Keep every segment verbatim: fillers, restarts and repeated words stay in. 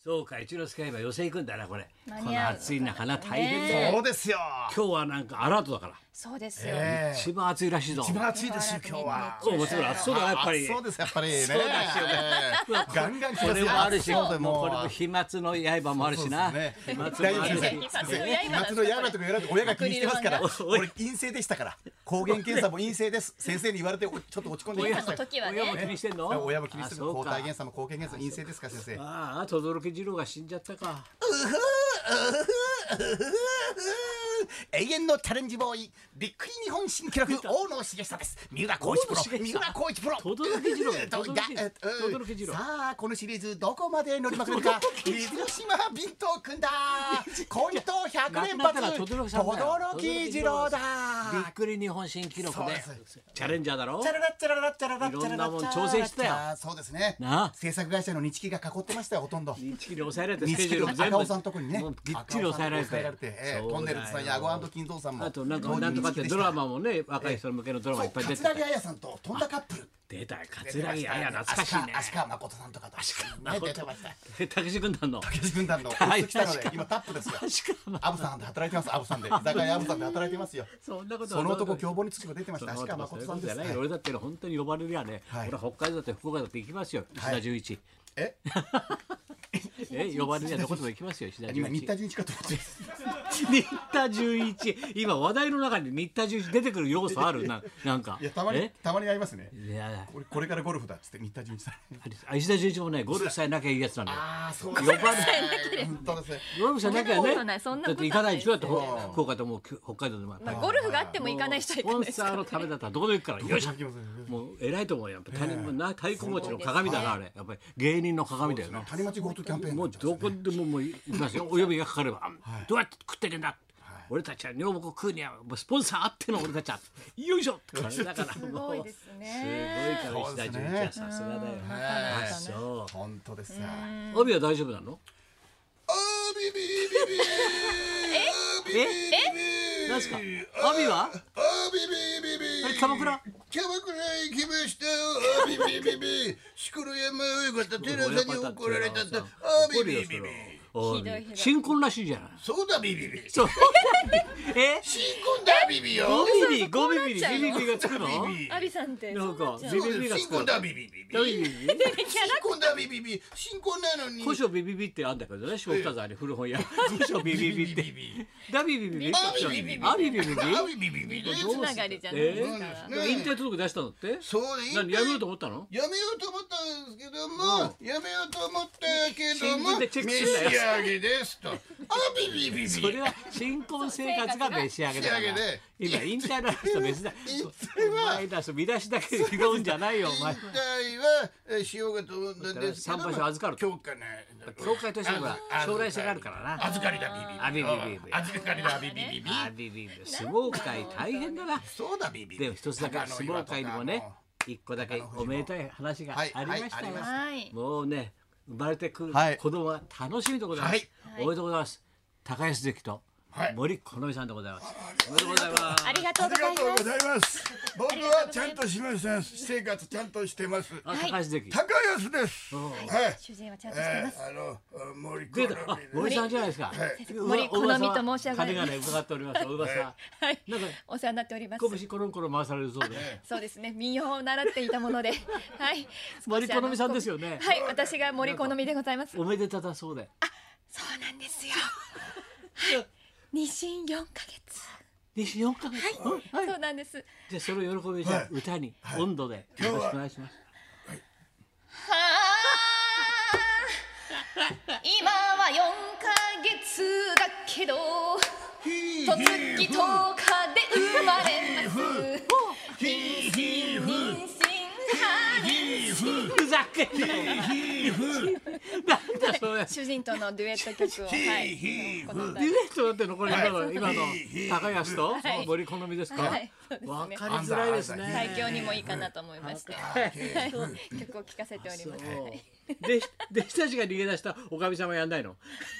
そうか、一之輔は今寄席行くんだなこれ。 間に合うこの暑い中な大変だよ。 そうですよ。 今日はなんかアラートだから。 そうですよ。 ええ一番暑いらしいぞ。 一番暑いですよ今日は。 そうもちろん暑そうだなやっぱり。 そうですやっぱりね。 そうだしよええガンガン来これますよ。 もあるし、 そうでもうこれも飛沫の刃もあるしな。 そうですね飛沫も大丈夫あるし先生。 飛沫の刃夏の刃とか言われて親が気にしてますから。 おお俺陰性でしたから。抗原検査も陰性です。先生に言われてちょっと落ち込んでいま今のした。 時は親も気ね。 にしてんの？ 親も気にしてる。 あそうか抗体検査も抗原検査陰性ですか先生。 ああ、轟二郎が死んじゃったか。 永遠のチャレンジボーイびっくり日本新記録大野茂久です。三浦浩一プロ大野茂久三浦浩一プロ轟二郎えっと轟がえっと轟二郎さあこのシリーズどこまで乗りまくれるか水島ビント君だコントひゃく連亡くなったら発轟さんだよ轟二郎だびっくり日本新記録でそうですチャレンジャーだろ。 チャララチャララチャララチャララいろんなもん調整してたよそうですねなあ制作会社の日記が囲ってましたよほとんど日記に抑えられてス日ケジュールも全部記の赤尾さんのとこにねもうぎっちり抑えられて赤尾さんのとこ抑えられてええトンネルズさんやアゴ金蔵さんもあとなんかなんとかってドラマもね若い人向けのドラマいっぱい出てた桂木彩さんと飛んだカップル出たよ桂木彩懐かしいね足川誠さんとかと足川出てました武志軍団の武志軍団のはい来たので今タップですよ確かアブさんで働いてますアブさんで居酒屋アブさんで働いてますよそんなことその男凶暴につくも出てました足川誠さんですじゃない俺だって本当に呼ばれるやねはい俺は北海道だって福岡だって行きますよ石田純一ええ呼ばれるやどこでも行きますよ石田純一今新田純一かと思って新田純一今話題の中に新田純一出てくる要素あるななんかいやたまにえたまにありますねいや俺これからゴルフだっつって新田純一さんあ石田純一もねゴルフさえなきゃいいやつなんだよああそう呼ばれ本当ですねゴルフさえなきゃそんなことないねそんなことないだって行かないでしょだってほ福岡とも北海道でもまあゴルフがあっても行かない人はスポン行かないですからサーのためだったらどこで行くからよいしょ行きますねもう偉いと思うよやっぱ谷もな太鼓持ちの鏡だなあれやっぱり芸人の鏡だよな谷町ゴートキャンペーンもうどこでももう行きますよお呼びがかかればどうやって食ってけんだ俺たちは女房子食うにはもうスポンサーあっての俺たちはよいしょって感じだからすもうごいですね。 すごいから石田純一はさすがだよあそう本当ですよ帯は大丈夫なのえなんすか帯はあれキャバクラキャバクラ行きましたよ。あビビビビ。錣山親方寺さんに怒られたって。あビビビビ。 おいひどいひどい新婚らしいじゃないそうだビビビ。 そうえ新婚だビビよ。 ゴビビゴビビビビビビがつくのアビさんってなんかそうビビビがつくの新婚だビビビビ。 ダビビビ新婚だビビビ。新婚なのに。 古書ビビビってあんだけどね下北沢に古本屋古書ビビビってダビビビビあビビビビ。 アビビビビあビビビビ。 つながりじゃないですから。 で引退届出したのってそうで何やめようと思ったのやめようと思ったんですけども、やめようと思ったけども、 新聞でチェック召すんなよし上げですと。あビビビビ。 それは新婚生活が召し上げだから召し上げで今引退の話と別だ引退はお前だ見出しだけで拾うんじゃないよお前引退はえーしようかと思ったんですけども三場所預かると今日かな教会としてはあ将来性があるからな預かりだビビビあビビビビ預かりだビビビビあビビビ相撲界大変だなそうだビビビでも一つだけ相撲界にもね一個だけおめでたい話がありましたよはい。 もうね生まれてくるはい子供は楽しみでございます、 はいおめでとうございます高安関とはい森好美さんでございます、おめでとうございますありがとうあございます。 りがとうございます僕はちゃんとしました私生活ちゃんとしてますあ高安関、 高安ですはい主人はちゃんとしてます。 えーあの森出たあ森さんじゃないですか、 森好美と申し上げ金がね伺っておりますお噂、 はいなんか。 お世話になっております。 拳コロンコロン回されるそうで、 そうですね。民謡を習っていたもので、はい。 森好美さんですよねはい、私が森好美でございます。 おめでただそうでそうなんですよ。はい。妊娠よんかげつ。 にしよんかげつ、はいそうなんです。 じゃあそれを喜びじゃあ歌に、温度でよろしくお願いしますはあ、今はよんかげつだけど、とつきとおかで生まれます。妊娠妊娠ふざけんなよなんだそれ主人とのデュエット曲をはい行ったデュエットだってのこれ今の今の高安とはい森好美ですか、 はいそうですねわかりづらいですね最強にもいいかなと思いまして、はい曲を聴かせております。はいで弟子たちが逃げ出したおかみさんはやんないの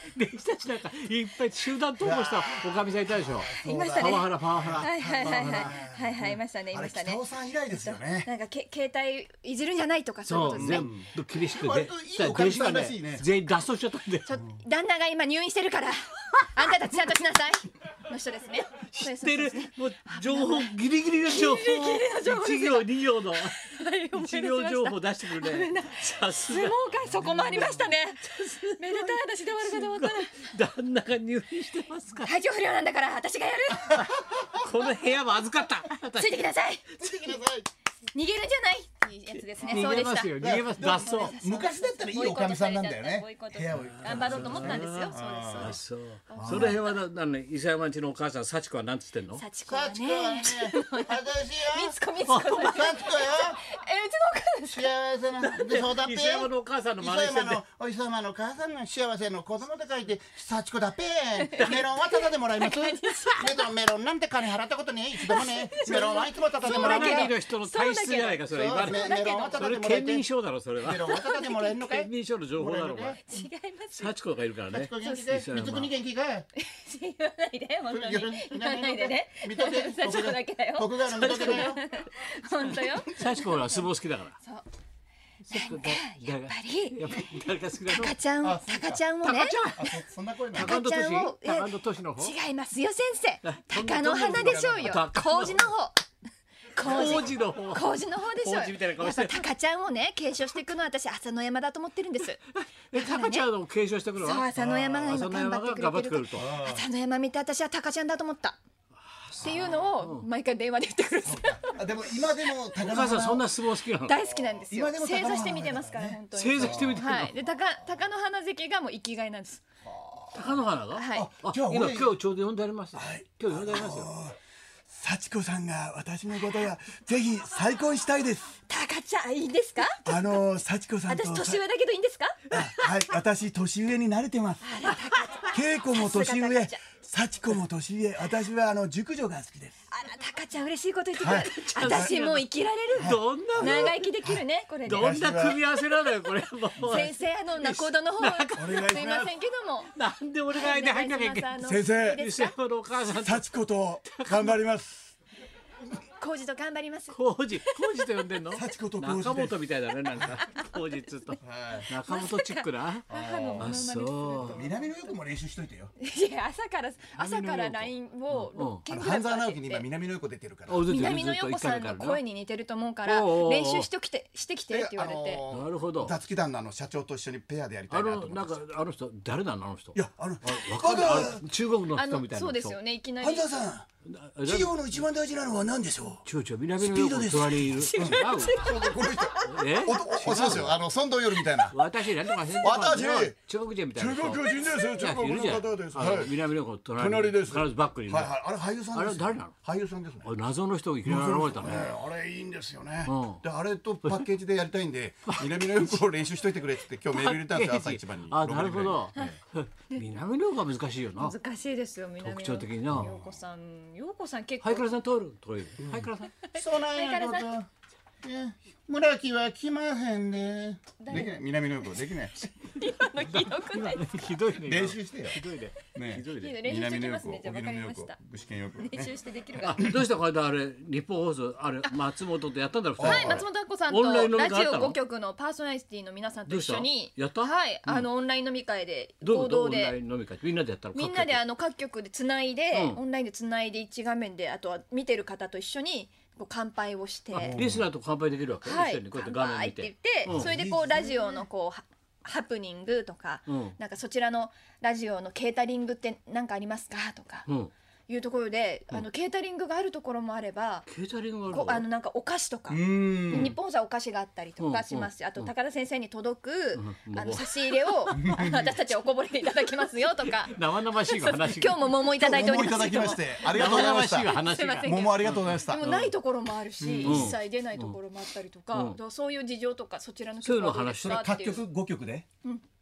弟子たちなんかいっぱい集団登校したおかみさんいたでしょ。 いましたね。 パワハラパワハラ。 はいはいはいはいはいはいいましたねいあれましたね。 北尾さん以来ですよね。 なんかけ携帯いじるんじゃないとかそういうそうことですね。 全部厳しくて、 割といいおかみさんらしいね全員脱走しちゃったんで。 ちょ旦那が今入院してるからあんたたちちゃんとしなさいの人ですね。 知ってるもう情報ギリギリの情報一行二行の一行情報出してくるね。さすが相撲界そこもありましたね。めでたい話で終わるかと思ったら旦那が入院してますから。 体調不良なんだから私がやる。 この部屋も預かった。 ついてきなさい。 ついてきなさい。 逃げるんじゃないっていうやつですね。そう逃げでしたますよ逃げます脱走。 昔だったらいいおかみさんなんだよねボイコット部屋を頑張ろうと思ったんですよ。そうですそうあです。 そう。その辺はななの伊佐山んちのお母さん幸子はなんつってんの？ 幸子は幸子はねね。 私よみつこみつこ。えうちのお幸子よ母です。 幸せなでそうだっぺ伊佐山のお母さんの伊真似してんで佐山の。お伊佐山の母さんの幸せの子供と書いて幸子だっぺメロンはタダでもらいますメロンメロンなんて金払ったことね一度もねメロンはいつもタダでもらいますファミリーの人の体質じゃないかそれ。今そうメメロンはタそれダでもらえて県民賞だろそれはメ。ロンはタダでもらえるのかい県民賞の情報だろお前。 違いますよ。 幸子がいるからね。 幸子元気かい伊佐山三つ国元気かい言わないで本当に言わないでね。 見とけ幸子だけだよ。 国外の見とけだよ本当よ。 幸子は相撲好きだから。 そう。 なんかやっぱりやっぱり誰が好きだろタカちゃんタカちゃんをね。 あそそんな声なの。 高野都市タカちゃんをえ高野都市の方。 違いますよ先生。鷹の花でしょうよ。 鷹麹の方。 工事の方。 麹の方でしょうよ。 麹みたいな顔やっしてぱタカちゃんをね継承していくのは私朝の山だと思ってるんです。 え高ちゃんの継承してくるそうわ。 朝の山が今朝の頑山が頑張張っくれっててくれるると。 と。 朝の山見て私はタカちゃんだと思った。っていうのを毎回電話で言ってくるんです。 あでも今でも高お母さんそんな相撲好きなの？ 大好きなんですよ。 今でも正鷹の花座して見てますから本当に。 正座して見てるのはい。で鷹鷹の花関がもう生きがいなんです。 高野花が？ はい。 あじゃあ俺今今日ちょうど呼んでありますよ。今日呼んでありますよ。 幸子さんが私のことがぜひ再婚したいです。 タカちゃんいいんですか？ あの幸子さんと私年上だけどいいんですか？ はい私年上に慣れてます。稽古も年上さすがタカちゃん幸子も年上私はあの熟女が好きです。 あらタカちゃん嬉しいこと言ってくれる。私もう生きられる。 どんな長生きできるねこれで。 どんな組み合わせなのよこれもう。 先生あの仲人の方はお願いしますすいませんけども。 なんで俺が間入んなきゃいけない。 お願いしますあの先生いいですか？ 伊勢山のお母さんと幸子と頑張ります。 工事と頑張ります。 浩二浩二と呼んでんの？ 幸子と浩二です中本みたいだねなんか浩二っつうと中本チックな。 母のモノマネするあとそ南の横も練習しといてよ。 いや朝から朝からラインをうんうんろっけんあの半沢ぐらいかけ直樹に今て。 南の横出てるから。 う。 南野陽子さんの声に似てると思うからおうおうおう練習してきてしてきてって言われて。 あのなるほど。 雑技団のあの社長と一緒にペアでやりたあいなと思って。 のなんかあの人誰なのあの人。 いやあのあわかんないあの中国のあの人みたいな人。 そうですよねいきなり半沢さんあ。 企業の一番大事なのは何でしょちょちょ南の陽子の隣にいる。違う。 この人。 え？ おおそうですよ。あの孫道夜みたいな。 私なんとかせんと私中国人みたいなう。 人。 中国人ですよ中国の方です。 あのはい南の陽子の隣に隣です必ずバックにいる。 はいはい。あれ俳優さんですよ。 あれ誰なの？ 俳優さんですね。 あ謎の人がいきなり現れたね。 えーあれいいんですよねうん。 であれとパッケージでやりたいんで南の横を練習しといてくれって今日メール入れたんですよ朝一番に。 あなるほど。南の陽子が難しいよな。 難しいですよ南野特徴的な陽子さん陽子さん結構はいからさん通るとか言う。はいからさん。 そないなことえ村木は来まへんでできない南の横できない。 今のひどくないですか？ ひどいね。 練習してよ。 ひどいね。 ねひどいね。 練習してき南の横ますねじゃあわかりました。 具志堅横練習してできるかあどうしたこれだあれ日本放送あれ松本とやったんだろ。 はい、松本明子さんとオンライン飲み会ラジオあったのご局のパーソナリティの皆さんと一緒にどうしたやったはい、あのオンライン飲み会で合同どうどうオンライでン飲み会みんなでやったの。 みんなであの各局でつないで、 うんオンラインでつないで一画面であとは見てる方と一緒にこう乾杯をして、 あリスナーと乾杯できるわけ。 はい一緒にこうやって乾画面見杯って言ってて。、うんそれでこうラジオのこうはハプニングとか、 うんなんかそちらのラジオのケータリングって何かありますかとかうん。 いうところで、あのケータリングがあるところもあれば、 ケータリングがあるこうあのの。 なんかお菓子とか。 うん。 日本じゃお菓子があったりとかしますし、 うんあと高田先生に届く、 うんあの差し入れをあの私たちおこぼれでいただきますよとか生々しいわ話が。 今日も桃いただいております桃いただきましてありがとうございまし生々しいわた。 話がすいませ。ん桃ありがとうございましたで。もないところもあるし、 うん一切出ないところもあったりとか、 うんだからそういう事情とかそちらのそういうのはどうです話かっていう各局ご局で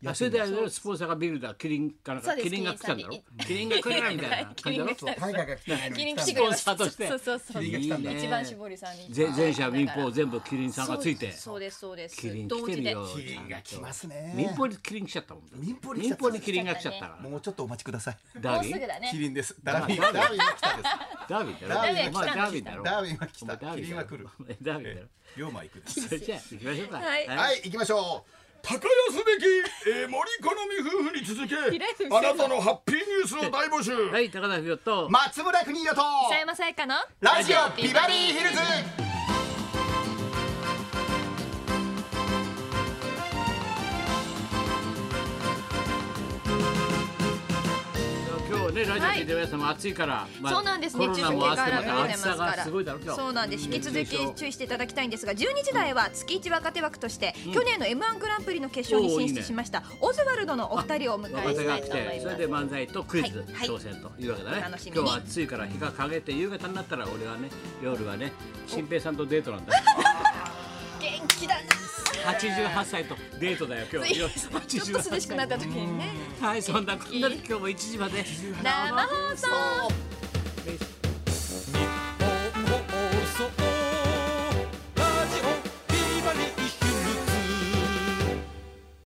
あそれであれだよスポンサーがビルだキリンかなんかそうですキリンが来たんだろキリンさんキリンが来るみたいな感じだろキリンが来タイガーが来てないのキリンに来たんだ来てくれましたスポンサーとしてそうそうそうキリンが来たんだいいね一番搾りさんにぜ全社民放全部キリンさんがついてそうですそうですキリン同時で来てるよキリンが来ますね民放にキリン来ちゃったもん民放に来ちゃった民放にキリンが来ちゃったからもうちょっとお待ちくださいダービーもうすぐだねキリンですダービンダービンが来たんですダービーだろダービーお前ダービーだろダービンは来たお前ダービーだろキリンは来るダービーだろ龍馬行くですそれじゃあ行きましょうかはいはい行きましょう高安べき、えー、森好み夫婦に続けあなたのハッピーニュースを大募集、 はい高田文夫と松村邦洋と佐山さやかのラジオビバリーヒルズ今日ねラジオ聞いてる皆さんも暑いから、まあそうなんですコロナもあってまた熱中症警戒アラート出暑さてますからがすごいだろ今日そうなんです引き続熱中症き注意していただきたいんですがじゅうにじ台は月一若手枠として、去年の エムワン グランプリの決勝に進出しましたオズワルドのお二人をお迎えしたい若手が来と思いますてそれで漫才とクイズはいはい挑戦というわけだね、 お楽しみに今日は暑いから日が陰って夕方になったら俺はね夜はね新平さんとデートなんだ元気だなはちじゅうはっさいとデートだよ今日ちょっと涼しくなった時にねはいそんなこんなで今日もいちじまで生放送日本放送